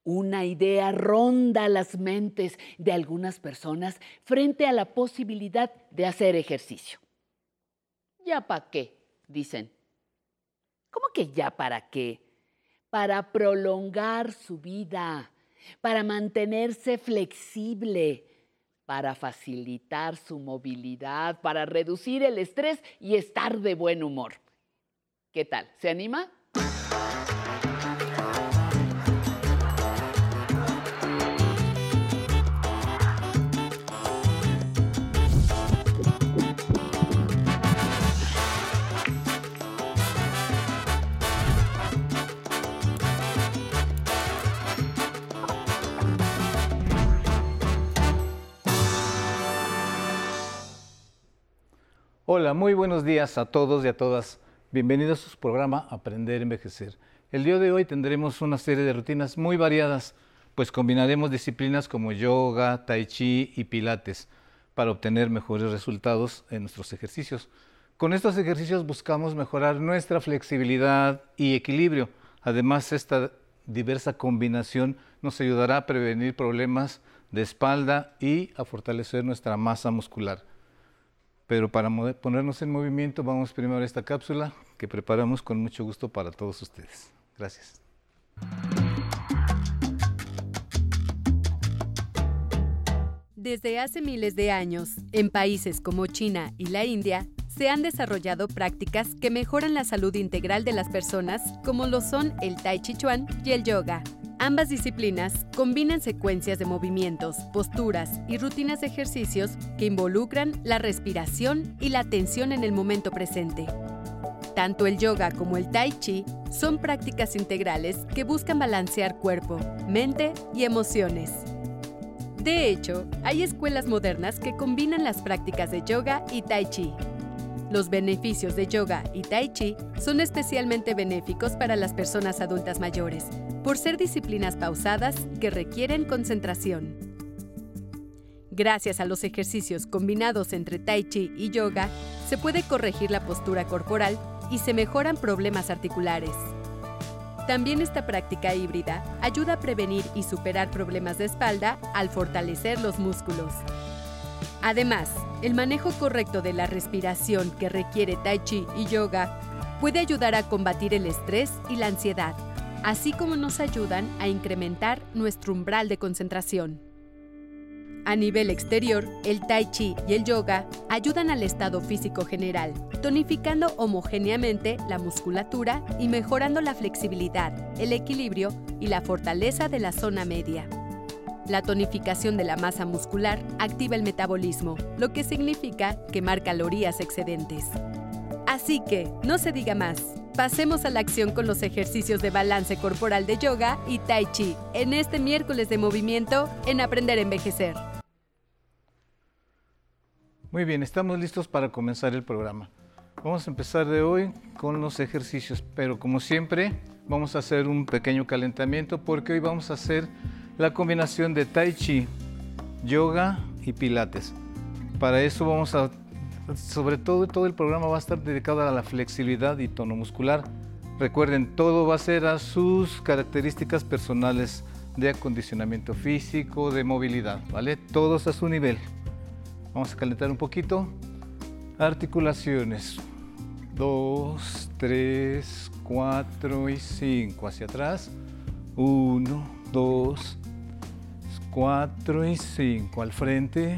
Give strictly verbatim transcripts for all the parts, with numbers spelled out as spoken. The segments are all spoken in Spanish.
Una idea ronda las mentes de algunas personas frente a la posibilidad de hacer ejercicio. ¿Ya para qué?, dicen. ¿Cómo que ya para qué? Para prolongar su vida, para mantenerse flexible, para facilitar su movilidad, para reducir el estrés y estar de buen humor. ¿Qué tal? ¿Se anima? Hola, muy buenos días a todos y a todas. Bienvenidos a su programa Aprender a Envejecer. El día de hoy tendremos una serie de rutinas muy variadas, pues combinaremos disciplinas como yoga, tai chi y pilates para obtener mejores resultados en nuestros ejercicios. Con estos ejercicios buscamos mejorar nuestra flexibilidad y equilibrio. Además, esta diversa combinación nos ayudará a prevenir problemas de espalda y a fortalecer nuestra masa muscular. Pero para ponernos en movimiento, vamos primero a esta cápsula que preparamos con mucho gusto para todos ustedes. Gracias. Desde hace miles de años, en países como China y la India, se han desarrollado prácticas que mejoran la salud integral de las personas, como lo son el Tai Chi Chuan y el yoga. Ambas disciplinas combinan secuencias de movimientos, posturas y rutinas de ejercicios que involucran la respiración y la atención en el momento presente. Tanto el yoga como el tai chi son prácticas integrales que buscan balancear cuerpo, mente y emociones. De hecho, hay escuelas modernas que combinan las prácticas de yoga y tai chi. Los beneficios de yoga y tai chi son especialmente benéficos para las personas adultas mayores, por ser disciplinas pausadas que requieren concentración. Gracias a los ejercicios combinados entre tai chi y yoga, se puede corregir la postura corporal y se mejoran problemas articulares. También esta práctica híbrida ayuda a prevenir y superar problemas de espalda al fortalecer los músculos. Además, el manejo correcto de la respiración que requiere tai chi y yoga puede ayudar a combatir el estrés y la ansiedad, así como nos ayudan a incrementar nuestro umbral de concentración. A nivel exterior, el tai chi y el yoga ayudan al estado físico general, tonificando homogéneamente la musculatura y mejorando la flexibilidad, el equilibrio y la fortaleza de la zona media. La tonificación de la masa muscular activa el metabolismo, lo que significa quemar calorías excedentes. Así que, no se diga más, pasemos a la acción con los ejercicios de balance corporal de yoga y tai chi en este miércoles de movimiento en Aprender a Envejecer. Muy bien, estamos listos para comenzar el programa. Vamos a empezar de hoy con los ejercicios, pero como siempre vamos a hacer un pequeño calentamiento porque hoy vamos a hacer la combinación de tai chi, yoga y pilates. Para eso vamos a, sobre todo, todo el programa va a estar dedicado a la flexibilidad y tono muscular. Recuerden, todo va a ser a sus características personales de acondicionamiento físico, de movilidad, ¿vale? Todos a su nivel. Vamos a calentar un poquito. Articulaciones. Dos, tres, cuatro y cinco. Hacia atrás. Uno, dos, cuatro y cinco. Al frente.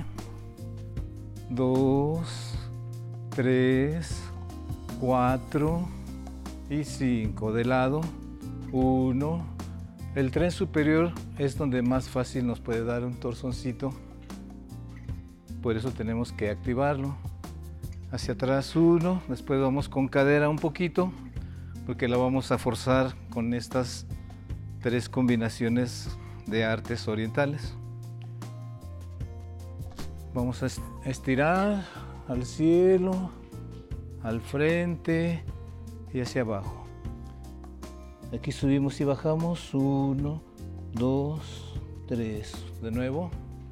Dos, tres, cuatro y cinco. De lado. Uno. El tren superior es donde más fácil nos puede dar un torsoncito. Por eso tenemos que activarlo. Hacia atrás uno, después vamos con cadera un poquito, porque la vamos a forzar con estas tres combinaciones de artes orientales. Vamos a estirar al cielo, al frente y hacia abajo. Aquí subimos y bajamos, uno, dos, tres. De nuevo.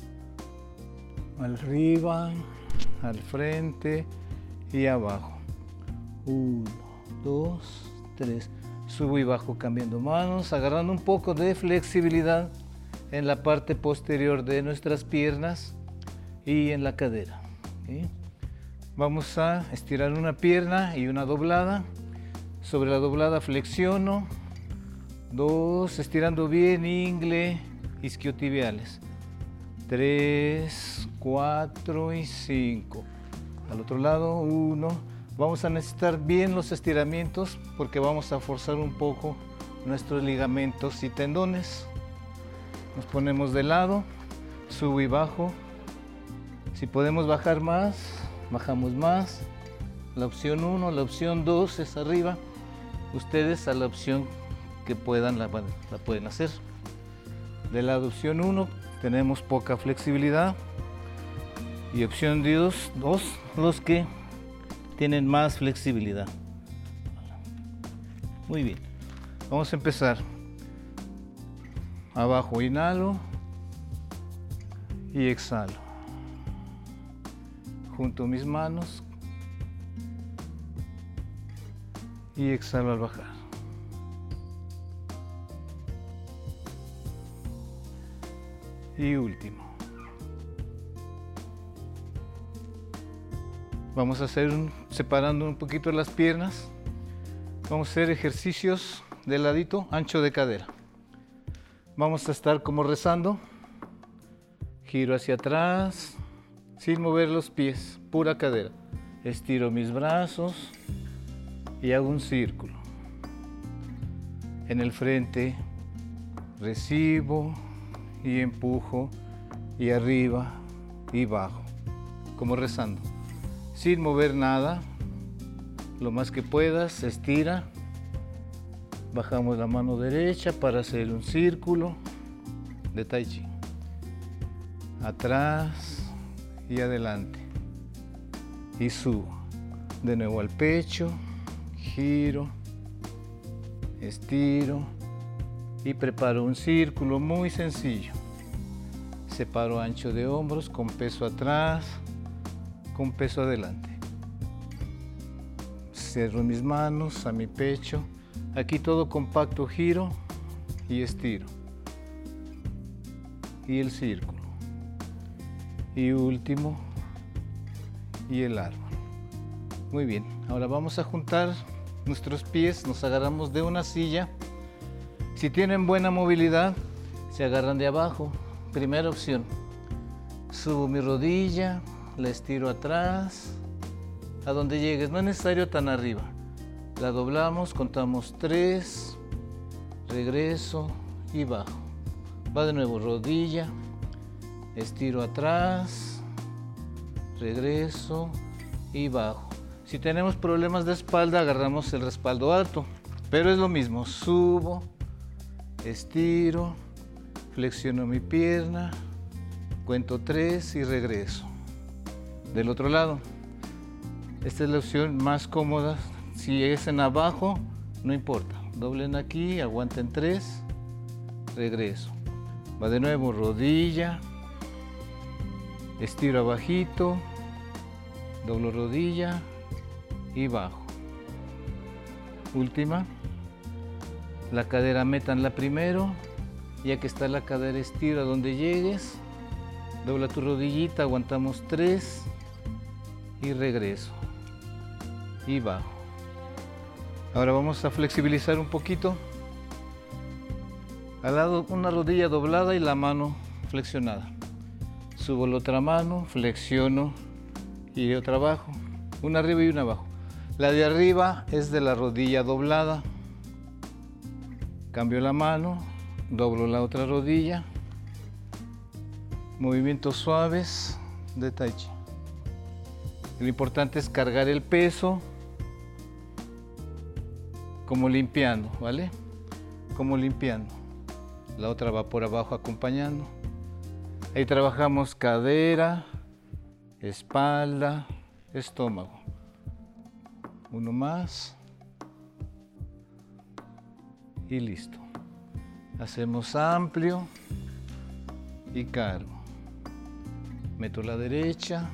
Arriba, al frente y abajo. Uno, dos, tres. Subo y bajo cambiando manos, agarrando un poco de flexibilidad en la parte posterior de nuestras piernas y en la cadera. ¿Sí? Vamos a estirar una pierna y una doblada. Sobre la doblada flexiono. Dos, estirando bien ingle, isquiotibiales. Tres, cuatro y cinco. Al otro lado, uno. Vamos a necesitar bien los estiramientos porque vamos a forzar un poco nuestros ligamentos y tendones. Nos ponemos de lado, subo y bajo. Si podemos bajar más, bajamos más. La opción uno, la opción dos es arriba. Ustedes a la opción que puedan la, la pueden hacer. De la opción uno tenemos poca flexibilidad y opción dos, los que tienen más flexibilidad. Muy bien, vamos a empezar. Abajo inhalo y exhalo. Junto mis manos y exhalo al bajar. Y último. Vamos a hacer un, separando un poquito las piernas. Vamos a hacer ejercicios de ladito, ancho de cadera. Vamos a estar como rezando. Giro hacia atrás, sin mover los pies, pura cadera. Estiro mis brazos y hago un círculo. En el frente recibo y empujo y arriba y bajo, como rezando. Sin mover nada, lo más que puedas, estira. Bajamos la mano derecha para hacer un círculo de Tai Chi. Atrás y adelante. Y subo. De nuevo al pecho, giro, estiro y preparo un círculo muy sencillo. Separo ancho de hombros con peso atrás, con peso adelante. Cierro mis manos a mi pecho. Aquí todo compacto, giro y estiro. Y el círculo. Y último, y el árbol. Muy bien, ahora vamos a juntar nuestros pies, nos agarramos de una silla. Si tienen buena movilidad, se agarran de abajo. Primera opción. Subo mi rodilla, la estiro atrás, a donde llegues, no es necesario tan arriba. La doblamos, contamos tres, regreso y bajo. Va de nuevo, rodilla, estiro atrás, regreso y bajo. Si tenemos problemas de espalda, agarramos el respaldo alto, pero es lo mismo. Subo, estiro, flexiono mi pierna, cuento tres y regreso. Del otro lado, esta es la opción más cómoda. Si es en abajo, no importa. Doblen aquí, aguanten tres, regreso. Va de nuevo, rodilla, estiro abajito, doblo rodilla y bajo. Última. La cadera métanla primero. Ya que está la cadera, estira donde llegues. Dobla tu rodillita, aguantamos tres y regreso. Y bajo. Ahora vamos a flexibilizar un poquito. Al lado una rodilla doblada y la mano flexionada. Subo la otra mano, flexiono y otra abajo. Una arriba y una abajo. La de arriba es de la rodilla doblada. Cambio la mano, doblo la otra rodilla. Movimientos suaves de Tai Chi. Lo importante es cargar el peso como limpiando, ¿vale? Como limpiando. La otra va por abajo acompañando. Ahí trabajamos cadera, espalda, estómago. Uno más. Y listo. Hacemos amplio y cargo. Meto la derecha.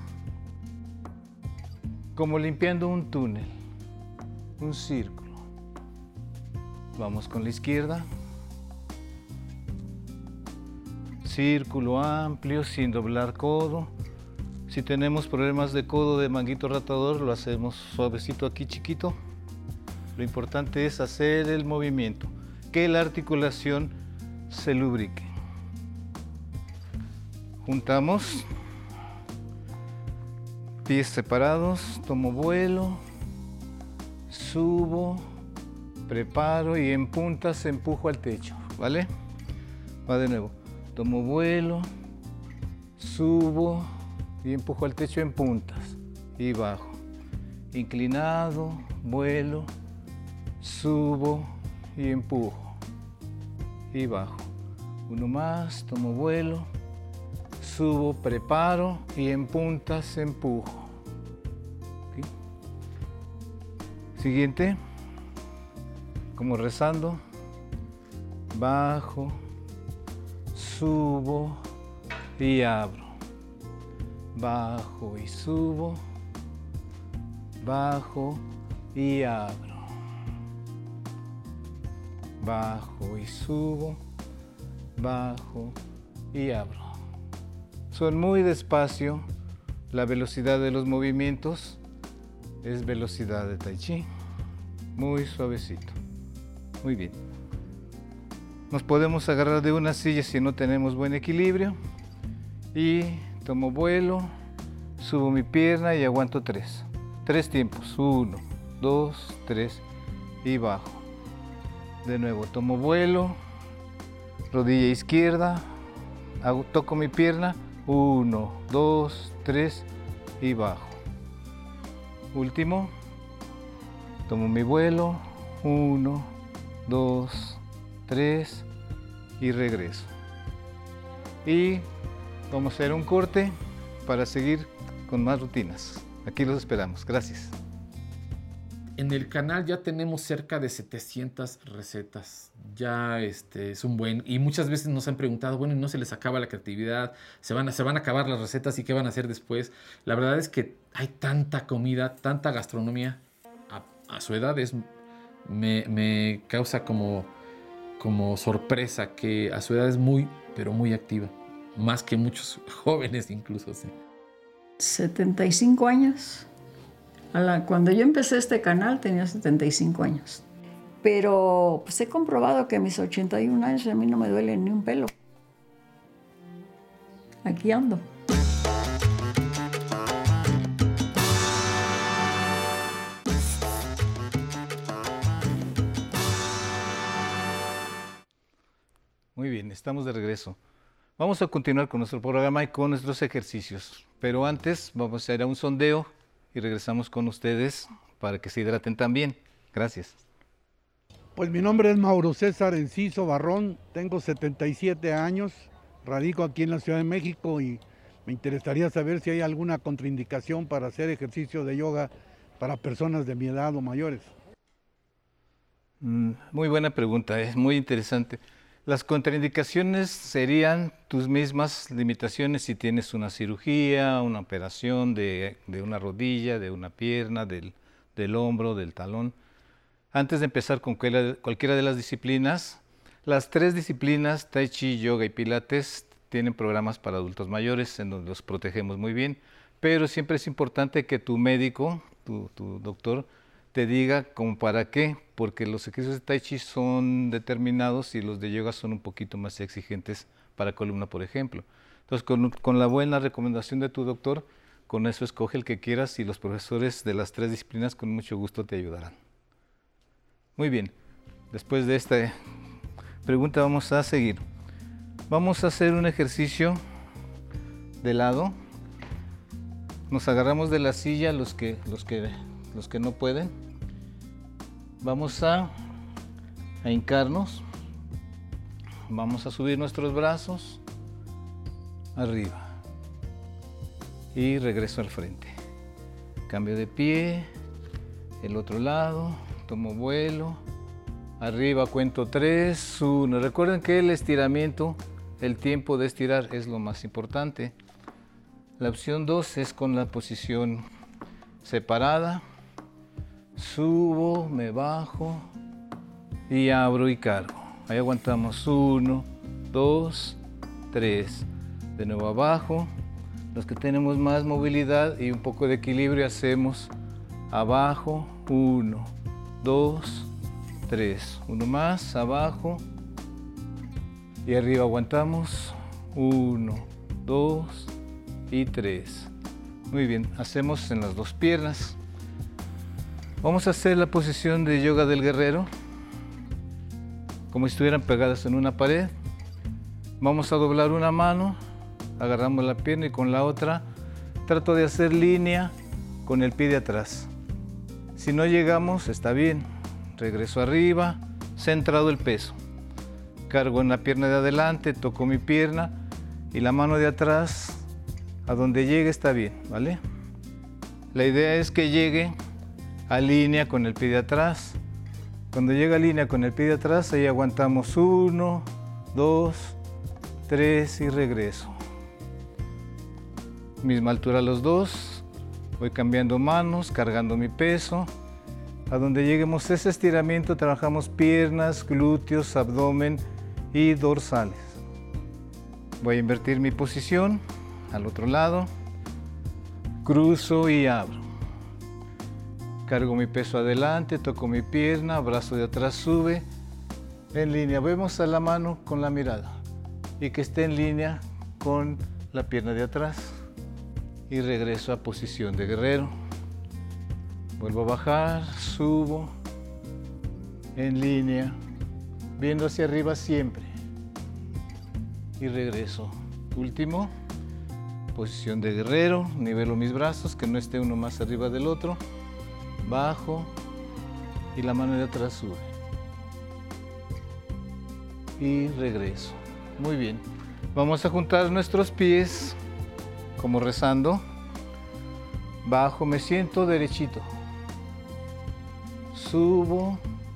Como limpiando un túnel, un círculo. Vamos con la izquierda. Círculo amplio, sin doblar codo. Si tenemos problemas de codo de manguito rotador, lo hacemos suavecito aquí, chiquito. Lo importante es hacer el movimiento, que la articulación se lubrique. Juntamos. Pies separados, tomo vuelo, subo, preparo y en puntas empujo al techo, ¿vale? Va de nuevo. Tomo vuelo, subo y empujo al techo en puntas y bajo. Inclinado, vuelo, subo y empujo y bajo. Uno más, tomo vuelo, subo, preparo y en puntas empujo. ¿Okay? Siguiente, como rezando, bajo, subo y abro, bajo y subo, bajo y abro, bajo y subo, bajo y abro. Son muy despacio, la velocidad de los movimientos es velocidad de Tai Chi, muy suavecito, muy bien. Nos podemos agarrar de una silla si no tenemos buen equilibrio y tomo vuelo, subo mi pierna y aguanto tres. Tres tiempos, uno, dos, tres y bajo. De nuevo, tomo vuelo, rodilla izquierda, hago, toco mi pierna, uno, dos, tres y bajo. Último, tomo mi vuelo, uno, dos, tres y regreso. Y vamos a hacer un corte para seguir con más rutinas. Aquí los esperamos. Gracias. En el canal ya tenemos cerca de setecientas recetas. Ya este, es un buen... Y muchas veces nos han preguntado, bueno, ¿y no se les acaba la creatividad? ¿Se van a, se van a acabar las recetas y qué van a hacer después? La verdad es que hay tanta comida, tanta gastronomía. A, a su edad es, me, me causa como, como sorpresa que a su edad es muy, pero muy activa. Más que muchos jóvenes incluso, sí. setenta y cinco años. A la, cuando yo empecé este canal tenía setenta y cinco años. Pero pues he comprobado que a mis ochenta y un años a mí no me duele ni un pelo. Aquí ando. Muy bien, estamos de regreso. Vamos a continuar con nuestro programa y con nuestros ejercicios. Pero antes vamos a ir a un sondeo y regresamos con ustedes para que se hidraten también. Gracias. Pues mi nombre es Mauro César Enciso Barrón, tengo setenta y siete años, radico aquí en la Ciudad de México y me interesaría saber si hay alguna contraindicación para hacer ejercicio de yoga para personas de mi edad o mayores. Mm, muy buena pregunta, es muy interesante. Las contraindicaciones serían tus mismas limitaciones si tienes una cirugía, una operación de, de una rodilla, de una pierna, del, del hombro, del talón. Antes de empezar con cualquiera de las disciplinas, las tres disciplinas, Tai Chi, Yoga y Pilates, tienen programas para adultos mayores en donde los protegemos muy bien, pero siempre es importante que tu médico, tu, tu doctor, te diga como para qué, porque los ejercicios de Tai Chi son determinados y los de yoga son un poquito más exigentes para columna, por ejemplo. Entonces, con, con la buena recomendación de tu doctor, con eso escoge el que quieras y los profesores de las tres disciplinas con mucho gusto te ayudarán. Muy bien, después de esta pregunta vamos a seguir. Vamos a hacer un ejercicio de lado. Nos agarramos de la silla los que, los que, los que no pueden. Vamos a, a hincarnos. Vamos a subir nuestros brazos arriba. Y regreso al frente. Cambio de pie. El otro lado. Tomo vuelo. Arriba cuento tres, uno. Recuerden que el estiramiento, el tiempo de estirar es lo más importante. La opción dos es con la posición separada. Subo, me bajo y abro y cargo. Ahí aguantamos uno, dos, tres. De nuevo abajo. Los que tenemos más movilidad y un poco de equilibrio hacemos abajo, uno, dos, tres. Uno más, abajo y arriba aguantamos, uno, dos y tres. Muy bien, hacemos en las dos piernas. Vamos a hacer la posición de yoga del guerrero, como si estuvieran pegadas en una pared. Vamos a doblar una mano, agarramos la pierna y con la otra trato de hacer línea con el pie de atrás. Si no llegamos, está bien. Regreso arriba, centrado el peso. Cargo en la pierna de adelante, toco mi pierna y la mano de atrás, a donde llegue está bien, ¿vale? La idea es que llegue a línea con el pie de atrás. Cuando llega a línea con el pie de atrás, ahí aguantamos uno, dos, tres y regreso. Misma altura los dos, voy cambiando manos, cargando mi peso. A donde lleguemos ese estiramiento, trabajamos piernas, glúteos, abdomen y dorsales. Voy a invertir mi posición al otro lado, cruzo y abro. Cargo mi peso adelante, toco mi pierna, brazo de atrás sube, en línea. Vemos a la mano con la mirada y que esté en línea con la pierna de atrás. Y regreso a posición de guerrero. Vuelvo a bajar, subo, en línea, viendo hacia arriba siempre. Y regreso. Último, posición de guerrero, nivelo mis brazos, que no esté uno más arriba del otro. Bajo y la mano de atrás sube. Y regreso. Muy bien. Vamos a juntar nuestros pies. Como rezando, bajo, me siento derechito, subo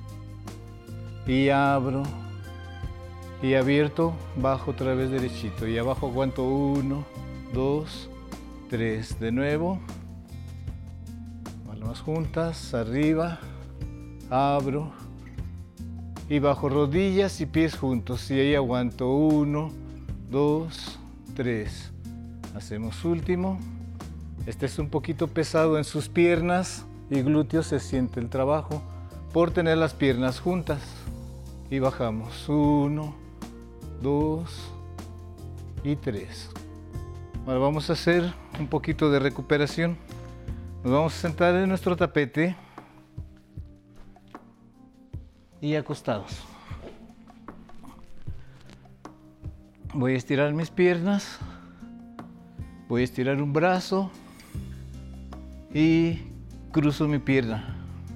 y abro y abierto, bajo otra vez derechito y abajo aguanto uno, dos, tres, de nuevo, palmas juntas, arriba, abro y bajo rodillas y pies juntos y ahí aguanto uno, dos, tres. Hacemos último. Este es un poquito pesado en sus piernas y glúteos, se siente el trabajo por tener las piernas juntas. Y bajamos. Uno, dos y tres. Ahora vamos a hacer un poquito de recuperación. Nos vamos a sentar en nuestro tapete y acostados. Voy a estirar mis piernas. Voy a estirar un brazo y cruzo mi pierna.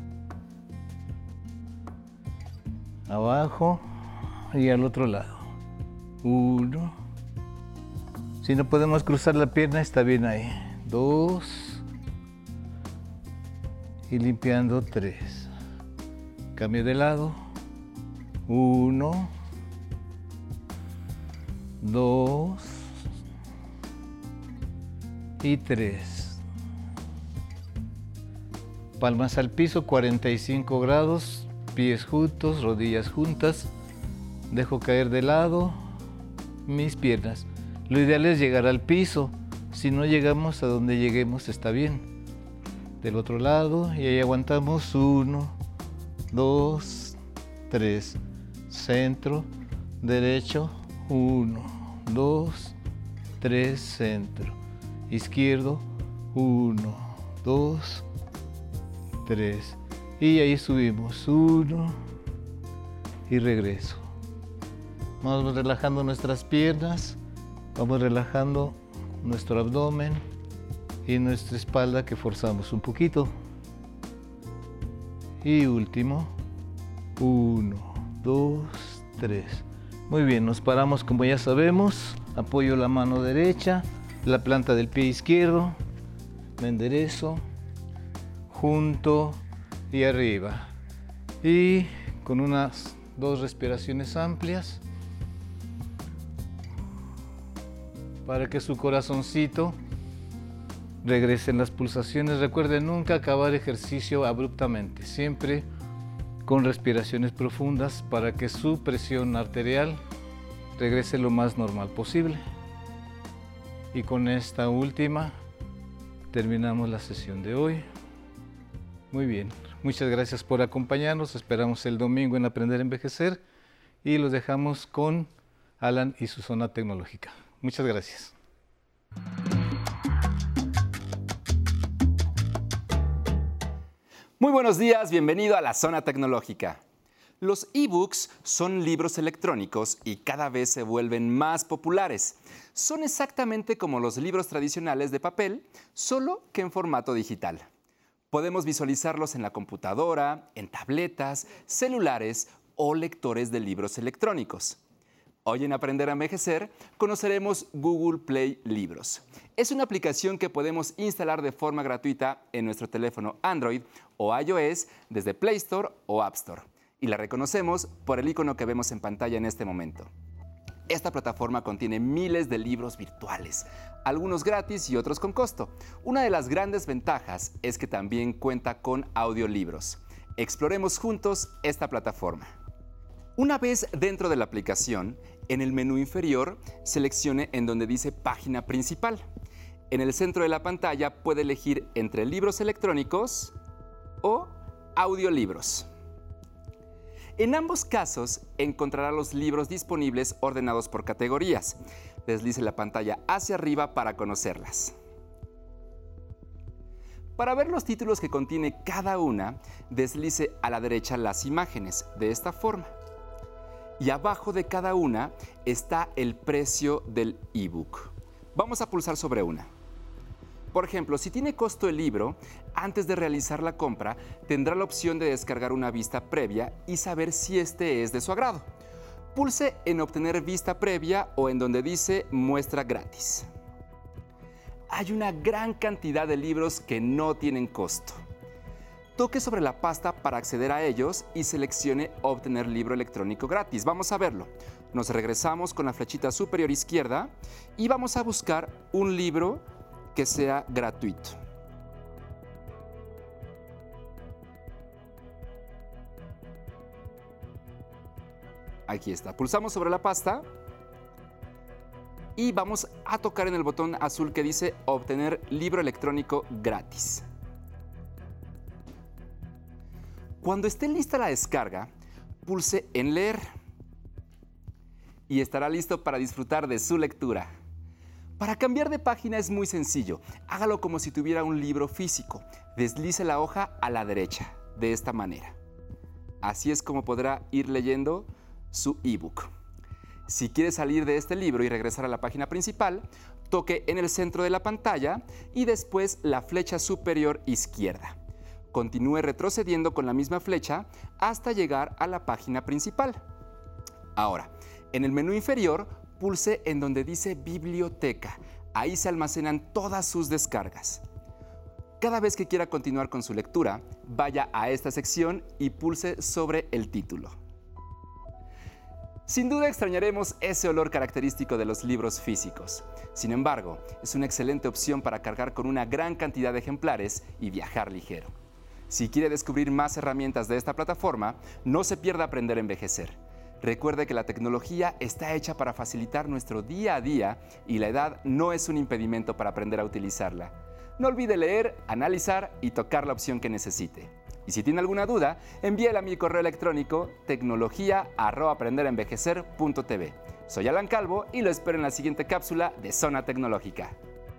Abajo y al otro lado. Uno. Si no podemos cruzar la pierna, está bien ahí. Dos. Y limpiando tres. Cambio de lado. Uno. Dos. Y tres. Palmas al piso, cuarenta y cinco grados, pies juntos, rodillas juntas. Dejo caer de lado mis piernas. Lo ideal es llegar al piso. Si no llegamos a donde lleguemos, está bien. Del otro lado, y ahí aguantamos. Uno, dos, tres. Centro, derecho. Uno, dos, tres, centro. Izquierdo, uno, dos, tres. Y ahí subimos, uno, y regreso. Vamos relajando nuestras piernas, vamos relajando nuestro abdomen y nuestra espalda que forzamos un poquito. Y último, uno, dos, tres. Muy bien, nos paramos como ya sabemos, apoyo la mano derecha, la planta del pie izquierdo, me enderezo, junto y arriba. Y con unas dos respiraciones amplias para que su corazoncito regrese en las pulsaciones. Recuerden nunca acabar ejercicio abruptamente, siempre con respiraciones profundas para que su presión arterial regrese lo más normal posible. Y con esta última terminamos la sesión de hoy. Muy bien, muchas gracias por acompañarnos. Esperamos el domingo en Aprender a Envejecer y los dejamos con Alan y su zona tecnológica. Muchas gracias. Muy buenos días, bienvenido a la Zona Tecnológica. Los e-books son libros electrónicos y cada vez se vuelven más populares. Son exactamente como los libros tradicionales de papel, solo que en formato digital. Podemos visualizarlos en la computadora, en tabletas, celulares o lectores de libros electrónicos. Hoy en Aprender a Envejecer conoceremos Google Play Libros. Es una aplicación que podemos instalar de forma gratuita en nuestro teléfono Android o iOS desde Play Store o App Store. Y la reconocemos por el icono que vemos en pantalla en este momento. Esta plataforma contiene miles de libros virtuales, algunos gratis y otros con costo. Una de las grandes ventajas es que también cuenta con audiolibros. Exploremos juntos esta plataforma. Una vez dentro de la aplicación, en el menú inferior, seleccione en donde dice Página Principal. En el centro de la pantalla puede elegir entre libros electrónicos o audiolibros. En ambos casos encontrará los libros disponibles ordenados por categorías. Deslice la pantalla hacia arriba para conocerlas. Para ver los títulos que contiene cada una, deslice a la derecha las imágenes, de esta forma. Y abajo de cada una está el precio del ebook. Vamos a pulsar sobre una. Por ejemplo, si tiene costo el libro, antes de realizar la compra, tendrá la opción de descargar una vista previa y saber si este es de su agrado. Pulse en Obtener vista previa o en donde dice Muestra gratis. Hay una gran cantidad de libros que no tienen costo. Toque sobre la pasta para acceder a ellos y seleccione Obtener libro electrónico gratis. Vamos a verlo. Nos regresamos con la flechita superior izquierda y vamos a buscar un libro que sea gratuito. Aquí está. Pulsamos sobre la pasta y vamos a tocar en el botón azul que dice Obtener libro electrónico gratis. Cuando esté lista la descarga, pulse en Leer y estará listo para disfrutar de su lectura. Para cambiar de página es muy sencillo. Hágalo como si tuviera un libro físico. Deslice la hoja a la derecha, de esta manera. Así es como podrá ir leyendo su ebook. Si quiere salir de este libro y regresar a la página principal, toque en el centro de la pantalla y después la flecha superior izquierda. Continúe retrocediendo con la misma flecha hasta llegar a la página principal. Ahora, en el menú inferior, pulse en donde dice Biblioteca. Ahí se almacenan todas sus descargas. Cada vez que quiera continuar con su lectura, vaya a esta sección y pulse sobre el título. Sin duda extrañaremos ese olor característico de los libros físicos. Sin embargo, es una excelente opción para cargar con una gran cantidad de ejemplares y viajar ligero. Si quiere descubrir más herramientas de esta plataforma, no se pierda Aprender a Envejecer. Recuerde que la tecnología está hecha para facilitar nuestro día a día y la edad no es un impedimento para aprender a utilizarla. No olvide leer, analizar y tocar la opción que necesite. Y si tiene alguna duda, envíela a mi correo electrónico tecnología arroba aprender a envejecer punto t v. Soy Alan Calvo y lo espero en la siguiente cápsula de Zona Tecnológica.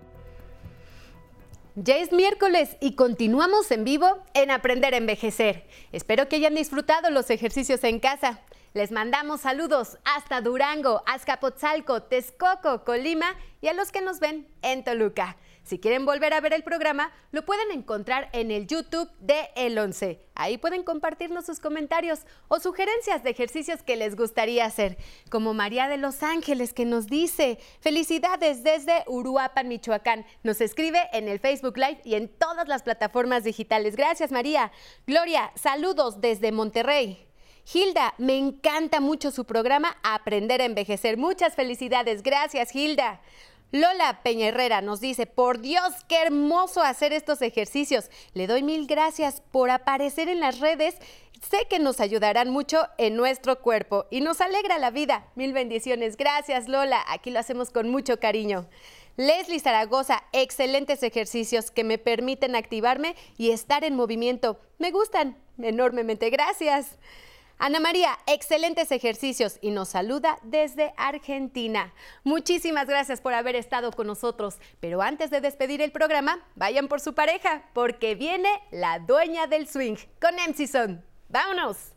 Ya es miércoles y continuamos en vivo en Aprender a Envejecer. Espero que hayan disfrutado los ejercicios en casa. Les mandamos saludos hasta Durango, Azcapotzalco, Texcoco, Colima y a los que nos ven en Toluca. Si quieren volver a ver el programa, lo pueden encontrar en el YouTube de El once. Ahí pueden compartirnos sus comentarios o sugerencias de ejercicios que les gustaría hacer. Como María de Los Ángeles, que nos dice: felicidades desde Uruapan, Michoacán. Nos escribe en el Facebook Live y en todas las plataformas digitales. Gracias, María. Gloria, saludos desde Monterrey. Hilda, me encanta mucho su programa Aprender a Envejecer. Muchas felicidades. Gracias, Hilda. Lola Peña Herrera nos dice, por Dios, qué hermoso hacer estos ejercicios. Le doy mil gracias por aparecer en las redes. Sé que nos ayudarán mucho en nuestro cuerpo y nos alegra la vida. Mil bendiciones. Gracias, Lola. Aquí lo hacemos con mucho cariño. Leslie Zaragoza, excelentes ejercicios que me permiten activarme y estar en movimiento. Me gustan enormemente. Gracias. Ana María, excelentes ejercicios y nos saluda desde Argentina. Muchísimas gracias por haber estado con nosotros. Pero antes de despedir el programa, vayan por su pareja, porque viene la dueña del swing con M C Son. ¡Vámonos!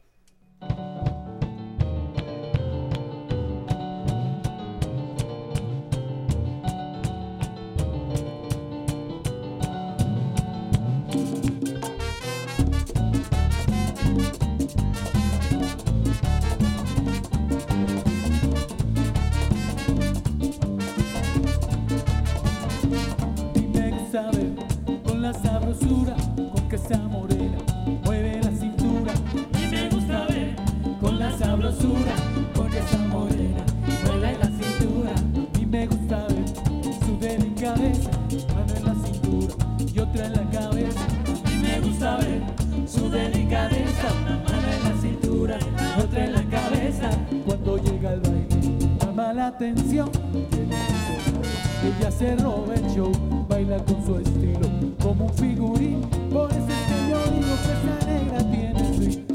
Con la sabrosura con que esa morena mueve la cintura. Y me gusta ver con la sabrosura con que esa morena mueve la cintura. Y me gusta ver su delicadeza, mano en la cintura y otra en la cabeza. Y me gusta ver su delicadeza, mano en la cintura y otra en la cabeza. Cuando llega el baile llama la atención. Ella se roba el show, baila con su estilo como un figurín. Por eso es que yo digo que esa negra tiene swing.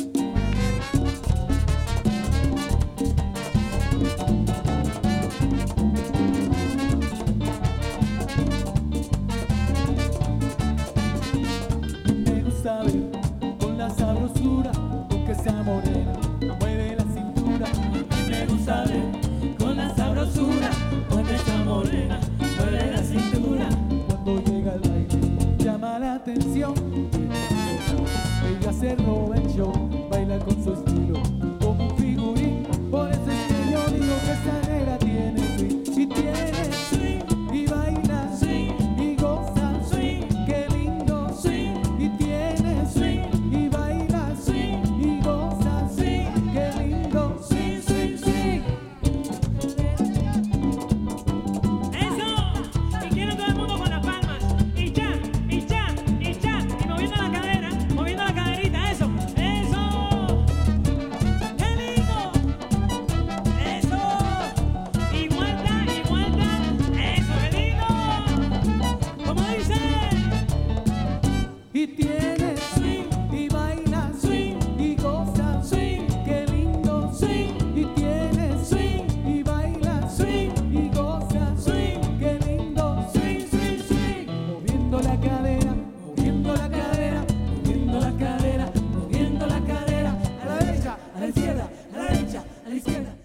Me gusta ver con la sabrosura con que esa morena mueve la cintura. Me gusta ver con la sabrosura con que esa morena mueve la cintura. Cuando llega el baile llama la atención. Ella se roba el show, baila con su estilo como un figurín. Por eso es que yo digo que esa negra tiene swing. Y tiene swing, y baila swing, y goza swing, qué lindo swing. Y tiene swing, y baila swing, y goza swing, qué lindo swing, swing, swing. Y tiene swing, y baila swing, y goza swing, qué lindo swing. Y tiene swing, y baila swing, y goza swing, qué lindo swing, swing, swing. Moviendo la cadera, moviendo la cadera, moviendo la cadera, moviendo la cadera. A la derecha, a la izquierda, a la derecha, a la izquierda.